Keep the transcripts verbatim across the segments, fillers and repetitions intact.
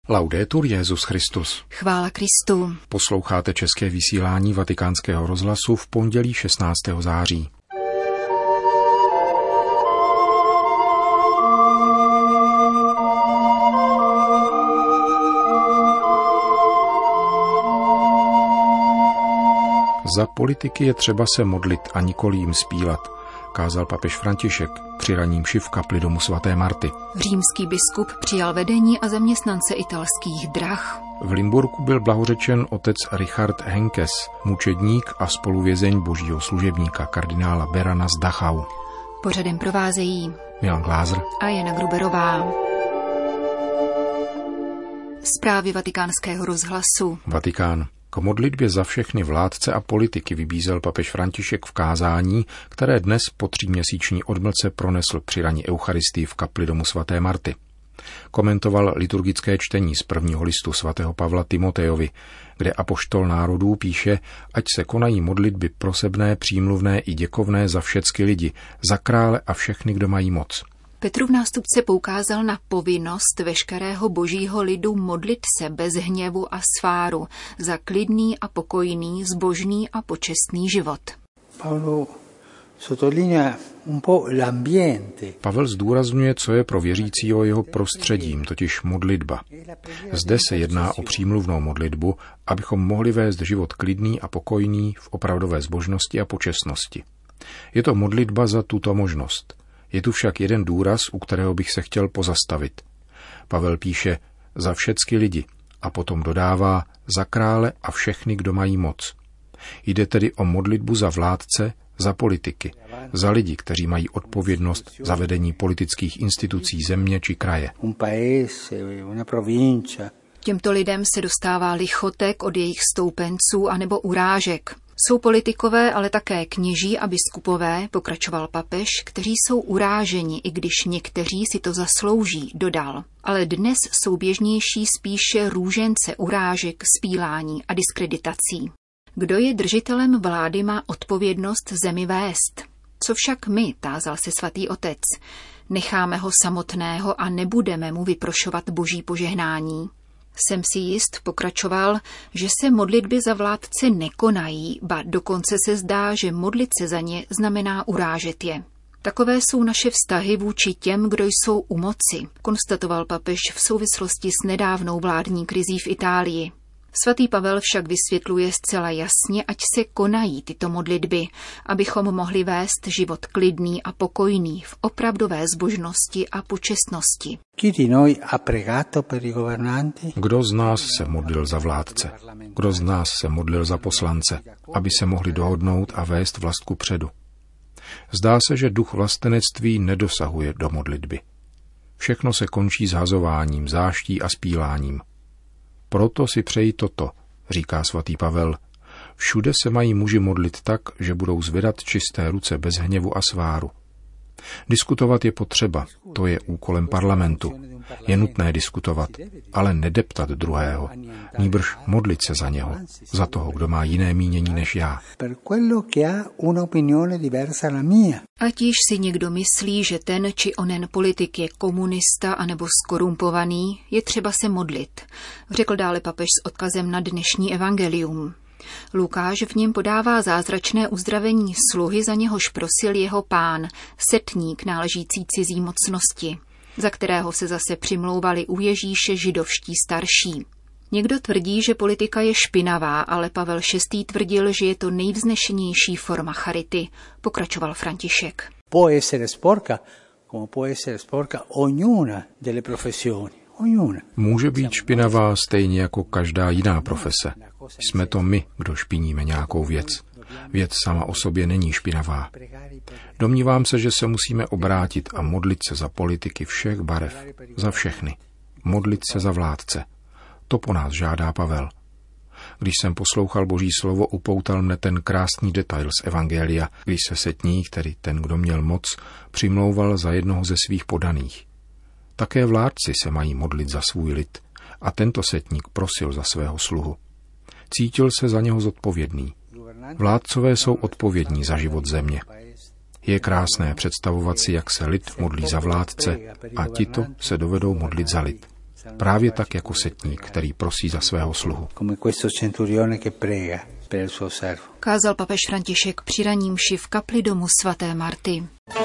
Laudetur Jesus Christus. Chvála Kristu. Posloucháte české vysílání Vatikánského rozhlasu v pondělí šestnáctého září. Za politiky je třeba se modlit a nikoli jim zpívat, kázal papež František při ranní mši v kapli domu svaté Marty. Římský biskup přijal vedení a zaměstnance italských drah. V Limburku byl blahořečen otec Richard Henkes, mučedník a spoluvězeň božího služebníka kardinála Berana z Dachau. Pořadem provázejí Milan Glázer a Jana Gruberová. Zprávy Vatikánského rozhlasu. Vatikán. K modlitbě za všechny vládce a politiky vybízel papež František v kázání, které dnes po tříměsíční odmlce pronesl při ranní eucharistii v kapli domu svaté Marty. Komentoval liturgické čtení z prvního listu svatého Pavla Timotejovi, kde apoštol národů píše, ať se konají modlitby prosebné, přímluvné i děkovné za všecky lidi, za krále a všechny, kdo mají moc. Petrův nástupce poukázal na povinnost veškerého božího lidu modlit se bez hněvu a sváru za klidný a pokojný, zbožný a počestný život. Pavel zdůrazňuje, co je pro věřícího jeho prostředím, totiž modlitba. Zde se jedná o přímluvnou modlitbu, abychom mohli vést život klidný a pokojný v opravdové zbožnosti a počestnosti. Je to modlitba za tuto možnost. Je tu však jeden důraz, u kterého bych se chtěl pozastavit. Pavel píše za všecky lidi a potom dodává za krále a všechny, kdo mají moc. Jde tedy o modlitbu za vládce, za politiky, za lidi, kteří mají odpovědnost za vedení politických institucí země či kraje. Těmto lidem se dostává lichotek od jejich stoupenců anebo urážek. Jsou politikové, ale také kněží a biskupové, pokračoval papež, kteří jsou uráženi, i když někteří si to zaslouží, dodal. Ale dnes jsou běžnější spíše růžence urážek, spílání a diskreditací. Kdo je držitelem vlády, má odpovědnost zemi vést. Co však my, tázal se svatý otec, necháme ho samotného a nebudeme mu vyprošovat boží požehnání. Jsem si jist, pokračoval, že se modlitby za vládce nekonají, ba dokonce se zdá, že modlit se za ně znamená urážet je. Takové jsou naše vztahy vůči těm, kdo jsou u moci, konstatoval papež v souvislosti s nedávnou vládní krizí v Itálii. Svatý Pavel však vysvětluje zcela jasně, ať se konají tyto modlitby, abychom mohli vést život klidný a pokojný v opravdové zbožnosti a počestnosti. Kdo z nás se modlil za vládce? Kdo z nás se modlil za poslance, aby se mohli dohodnout a vést vlast kupředu? Zdá se, že duch vlastenectví nedosahuje do modlitby. Všechno se končí zhazováním, záští a spíláním. Proto si přeji toto, říká svatý Pavel. Všude se mají muži modlit tak, že budou zvedat čisté ruce bez hněvu a sváru. Diskutovat je potřeba, to je úkolem parlamentu. Je nutné diskutovat, ale nedeptat druhého, nýbrž modlit se za něho, za toho, kdo má jiné mínění než já. Ať již si někdo myslí, že ten či onen politik je komunista anebo skorumpovaný, je třeba se modlit, řekl dále papež s odkazem na dnešní evangelium. Lukáš v něm podává zázračné uzdravení sluhy, za něhož prosil jeho pán, setník náležící cizí mocnosti, za kterého se zase přimlouvali u Ježíše židovští starší. Někdo tvrdí, že politika je špinavá, ale Pavel šestý tvrdil, že je to nejvznešenější forma charity, pokračoval František. Può essere sporca, come può essere sporca ognuna delle professioni. Může být špinavá stejně jako každá jiná profese. Jsme to my, kdo špiníme nějakou věc. Věc sama o sobě není špinavá. Domnívám se, že se musíme obrátit a modlit se za politiky všech barev, za všechny. Modlit se za vládce. To po nás žádá Pavel. Když jsem poslouchal Boží slovo, upoutal mne ten krásný detail z evangelia, když se setník, tedy ten, kdo měl moc, přimlouval za jednoho ze svých podaných. Také vládci se mají modlit za svůj lid a tento setník prosil za svého sluhu. Cítil se za něho zodpovědný. Vládcové jsou odpovědní za život země. Je krásné představovat si, jak se lid modlí za vládce a tito se dovedou modlit za lid. Právě tak jako setník, který prosí za svého sluhu. Kázal papež František při ranní mši v kapli domu svaté Marty.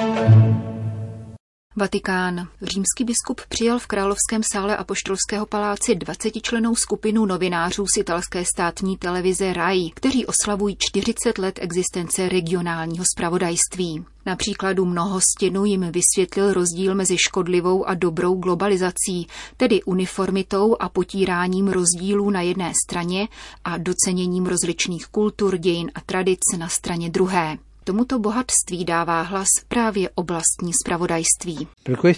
Vatikán. Římský biskup přijal v Královském sále Apoštolského paláci dvacetičlennou skupinu novinářů z italské státní televize Rai, kteří oslavují čtyřicet let existence regionálního zpravodajství. Na příkladu Mnohostinu jim vysvětlil rozdíl mezi škodlivou a dobrou globalizací, tedy uniformitou a potíráním rozdílů na jedné straně a doceněním rozličných kultur, dějin a tradic na straně druhé. Tomuto bohatství dává hlas právě oblastní zpravodajství.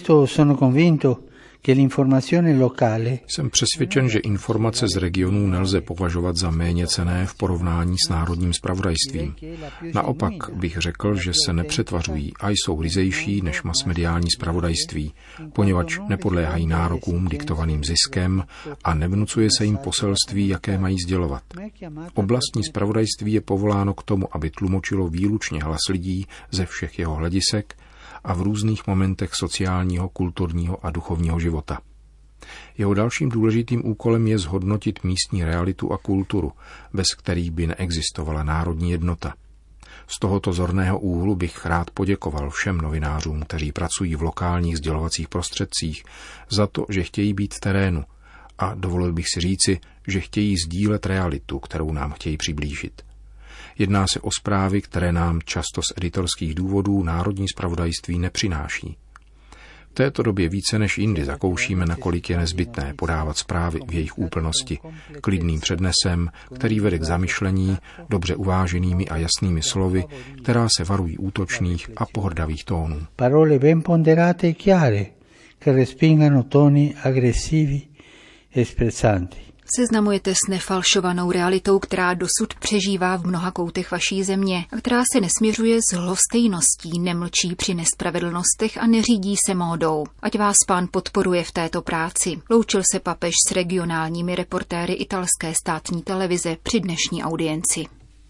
Jsem přesvědčen, že informace z regionů nelze považovat za méně cenné v porovnání s národním zpravodajstvím. Naopak bych řekl, že se nepřetvařují a jsou ryzejší než masmediální zpravodajství, poněvadž nepodléhají nárokům diktovaným ziskem a nevnucuje se jim poselství, jaké mají sdělovat. Oblastní zpravodajství je povoláno k tomu, aby tlumočilo výlučně hlas lidí ze všech jeho hledisek a v různých momentech sociálního, kulturního a duchovního života. Jeho dalším důležitým úkolem je zhodnotit místní realitu a kulturu, bez kterých by neexistovala národní jednota. Z tohoto zorného úhlu bych rád poděkoval všem novinářům, kteří pracují v lokálních sdělovacích prostředcích, za to, že chtějí být v terénu a dovolil bych si říci, že chtějí sdílet realitu, kterou nám chtějí přiblížit. Jedná se o zprávy, které nám často z editorských důvodů národní zpravodajství nepřináší. V této době více než jindy zakoušíme, nakolik je nezbytné podávat zprávy v jejich úplnosti, klidným přednesem, který vede k zamyšlení, dobře uváženými a jasnými slovy, která se varují útočných a pohrdavých tónů. Parole ben ponderate e chiare, che respingano toni aggressivi e sprezzanti. Seznamujete s nefalšovanou realitou, která dosud přežívá v mnoha koutech vaší země a která se nesměřuje s lhostejností, nemlčí při nespravedlnostech a neřídí se módou. Ať vás Pán podporuje v této práci. Loučil se papež s regionálními reportéry italské státní televize při dnešní audienci.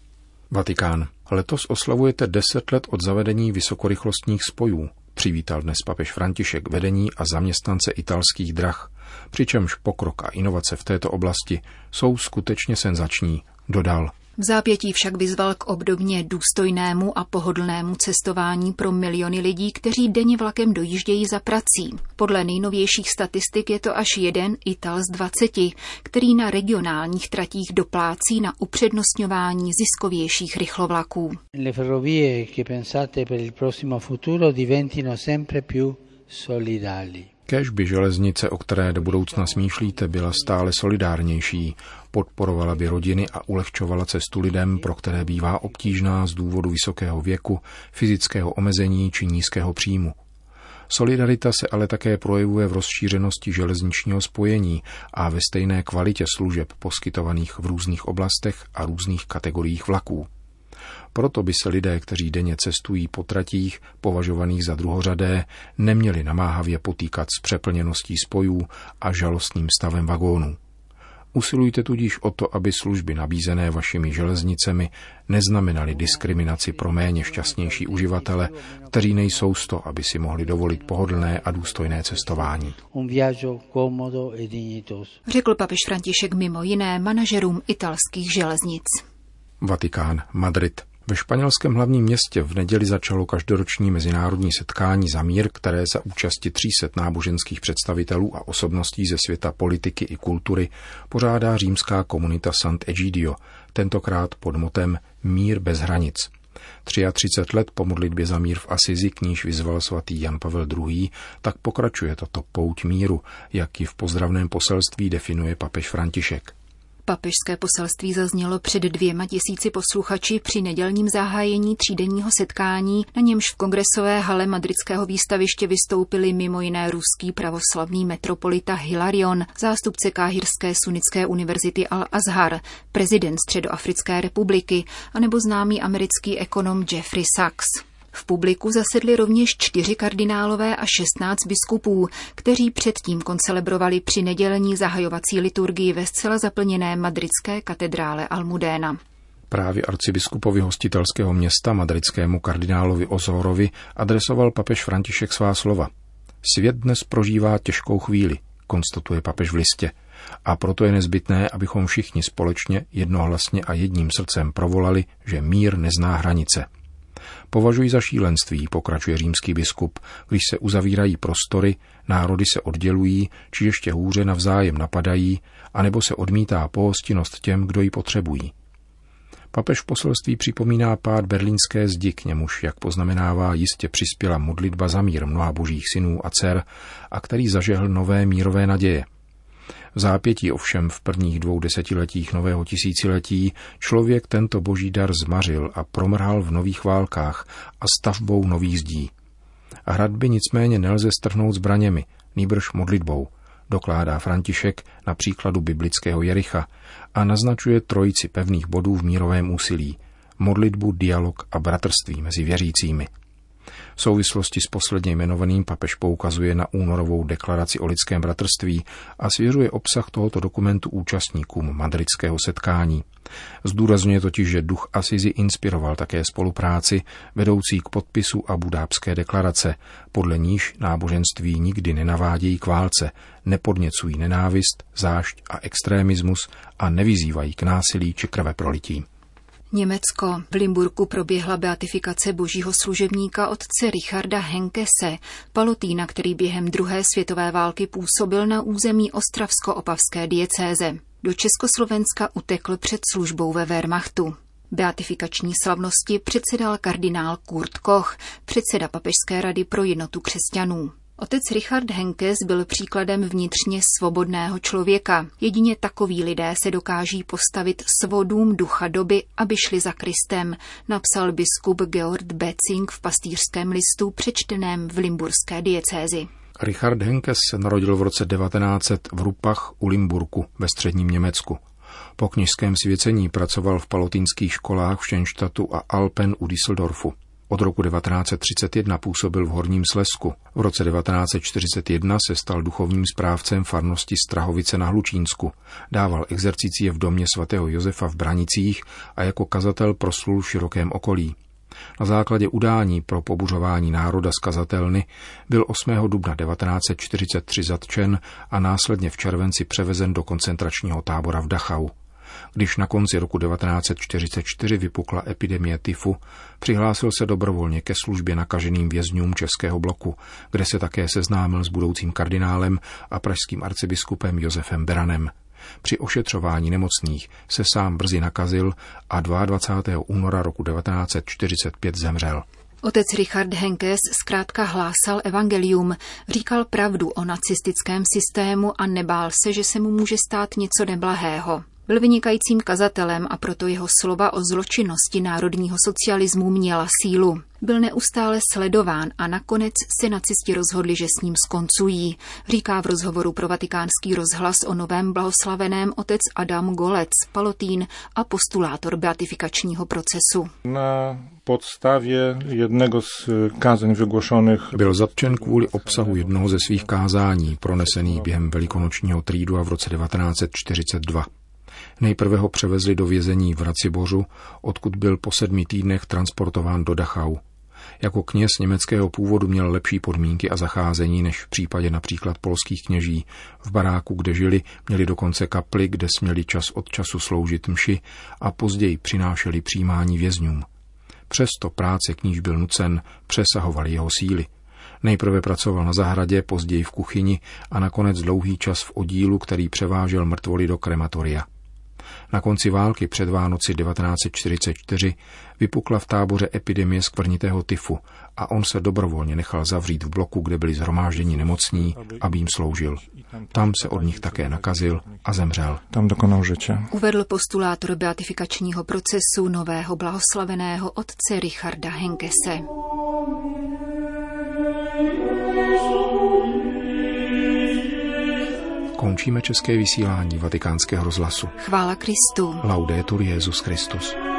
Vatikán. Letos oslavujete deset let od zavedení vysokorychlostních spojů. Přivítal dnes papež František vedení a zaměstnance italských drah, přičemž pokrok a inovace v této oblasti jsou skutečně senzační, dodal. V zápětí však vyzval k obdobně důstojnému a pohodlnému cestování pro miliony lidí, kteří denně vlakem dojíždějí za prací. Podle nejnovějších statistik je to až jeden Ital z dvaceti, který na regionálních tratích doplácí na upřednostňování ziskovějších rychlovlaků. Le ferrovie che pensate per il prossimo futuro diventino sempre più solidali. Kéž by železnice, o které do budoucna smýšlíte, byla stále solidárnější, podporovala by rodiny a ulehčovala cestu lidem, pro které bývá obtížná z důvodu vysokého věku, fyzického omezení či nízkého příjmu. Solidarita se ale také projevuje v rozšířenosti železničního spojení a ve stejné kvalitě služeb poskytovaných v různých oblastech a různých kategoriích vlaků. Proto by se lidé, kteří denně cestují po tratích, považovaných za druhořadé, neměli namáhavě potýkat s přeplněností spojů a žalostným stavem vagónů. Usilujte tudíž o to, aby služby nabízené vašimi železnicemi neznamenaly diskriminaci pro méně šťastnější uživatele, kteří nejsou z to, aby si mohli dovolit pohodlné a důstojné cestování. Řekl papež František mimo jiné manažerům italských železnic. Vatikán, Madrid. Ve španělském hlavním městě v neděli začalo každoroční mezinárodní setkání za mír, které za účasti tří set náboženských představitelů a osobností ze světa politiky i kultury pořádá římská komunita Sant'Egidio, tentokrát pod motem Mír bez hranic. třicet tři let po modlitbě za mír v Asizi, k níž vyzval svatý Jan Pavel druhý., tak pokračuje tato pouť míru, jak ji v pozdravném poselství definuje papež František. Papežské poselství zaznělo před dvěma tisíci posluchači při nedělním zahájení třídenního setkání, na němž v kongresové hale madridského výstaviště vystoupili mimo jiné ruský pravoslavný metropolita Hilarion, zástupce káhirské sunnické univerzity Al-Azhar, prezident Středoafrické republiky anebo známý americký ekonom Jeffrey Sachs. V publiku zasedli rovněž čtyři kardinálové a šestnáct biskupů, kteří předtím koncelebrovali při nedělní zahajovací liturgii ve zcela zaplněné madridské katedrále Almudena. Právě arcibiskupovi hostitelského města, madridskému kardinálovi Osorovi, adresoval papež František svá slova. Svět dnes prožívá těžkou chvíli. konstatuje papež v listě. A proto je nezbytné, abychom všichni společně, jednohlasně a jedním srdcem provolali, že mír nezná hranice. Považuji za šílenství, pokračuje římský biskup, když se uzavírají prostory, národy se oddělují, či ještě hůře navzájem napadají, anebo se odmítá pohostinnost těm, kdo ji potřebují. Papež v poselství připomíná pád berlínské zdi, k němuž, jak poznamenává, jistě přispěla modlitba za mír mnoha božích synů a dcer, a který zažehl nové mírové naděje. V zápětí ovšem v prvních dvou desetiletích nového tisíciletí člověk tento boží dar zmařil a promrhal v nových válkách a stavbou nových zdí. A hradby nicméně nelze strhnout zbraněmi, nýbrž modlitbou, dokládá František na příkladu biblického Jericha a naznačuje trojici pevných bodů v mírovém úsilí, modlitbu, dialog a bratrství mezi věřícími. V souvislosti s posledně jmenovaným papež poukazuje na únorovou deklaraci o lidském bratrství a svěřuje obsah tohoto dokumentu účastníkům madridského setkání. Zdůrazňuje totiž, že duch Asizi inspiroval také spolupráci vedoucí k podpisu Abudábské deklarace, podle níž náboženství nikdy nenavádějí k válce, nepodněcují nenávist, zášť a extrémismus a nevyzývají k násilí či krveprolití. Německo. V Limburku proběhla beatifikace božího služebníka otce Richarda Henkese, palotína, který během druhé světové války působil na území ostravsko-opavské diecéze. Do Československa utekl před službou ve Wehrmachtu. Beatifikační slavnosti předsedal kardinál Kurt Koch, předseda Papežské rady pro jednotu křesťanů. Otec Richard Henkes byl příkladem vnitřně svobodného člověka. Jedině takoví lidé se dokáží postavit svodům ducha doby, aby šli za Kristem, napsal biskup Georg Becing v pastýřském listu přečteném v limburské diecézi. Richard Henkes se narodil v roce devatenáct set v Rupach u Limburku ve středním Německu. Po kněžském svěcení pracoval v palotínských školách v Šenštatu a Alpen u Düsseldorfu. Od roku devatenáct set třicet jedna působil v Horním Slezsku. V roce devatenáct set čtyřicet jedna se stal duchovním správcem farnosti Strahovice na Hlučínsku. Dával exercicie v domě svatého Josefa v Branicích a jako kazatel proslul v širokém okolí. Na základě udání pro pobuřování národa z kazatelny byl osmého dubna devatenáct set čtyřicet tři zatčen a následně v červenci převezen do koncentračního tábora v Dachau. Když na konci roku devatenáct set čtyřicet čtyři vypukla epidemie tyfu, přihlásil se dobrovolně ke službě nakaženým vězňům českého bloku, kde se také seznámil s budoucím kardinálem a pražským arcibiskupem Josefem Beranem. Při ošetřování nemocných se sám brzy nakazil a dvacátého druhého února roku devatenáct set čtyřicet pět zemřel. Otec Richard Henkes zkrátka hlásal evangelium, říkal pravdu o nacistickém systému a nebál se, že se mu může stát něco neblahého. Byl vynikajícím kazatelem a proto jeho slova o zločinnosti národního socialismu měla sílu. Byl neustále sledován a nakonec se nacisti rozhodli, že s ním skoncují, říká v rozhovoru pro Vatikánský rozhlas o novém blahoslaveném otec Adam Golec, palotín a postulátor beatifikačního procesu. Na podstavě jednego z kázań wygłoszonych byl zatčen kvůli obsahu jednoho ze svých kázání, pronesených během velikonočního trídu a v roce devatenáct set čtyřicet dva. Nejprve ho převezli do vězení v Racibořu, odkud byl po sedmi týdnech transportován do Dachau. Jako kněz německého původu měl lepší podmínky a zacházení než v případě například polských kněží. V baráku, kde žili, měli dokonce kapli, kde směli čas od času sloužit mši a později přinášeli přijímání vězňům. Přesto práce, k níž byl nucen, přesahovaly jeho síly. Nejprve pracoval na zahradě, později v kuchyni a nakonec dlouhý čas v oddílu, který převážel mrtvoly do krematoria. Na konci války před Vánoci devatenáct set čtyřicet čtyři vypukla v táboře epidemie skvrnitého tyfu a on se dobrovolně nechal zavřít v bloku, kde byli shromážděni nemocní, aby jim sloužil. Tam se od nich také nakazil a zemřel. Tam dokonal życie. Uvedl postulátor beatifikačního procesu nového blahoslaveného otce Richarda Henkese. Končíme české vysílání Vatikánského rozhlasu. Chvála Kristu. Laudetur Jesus Christus.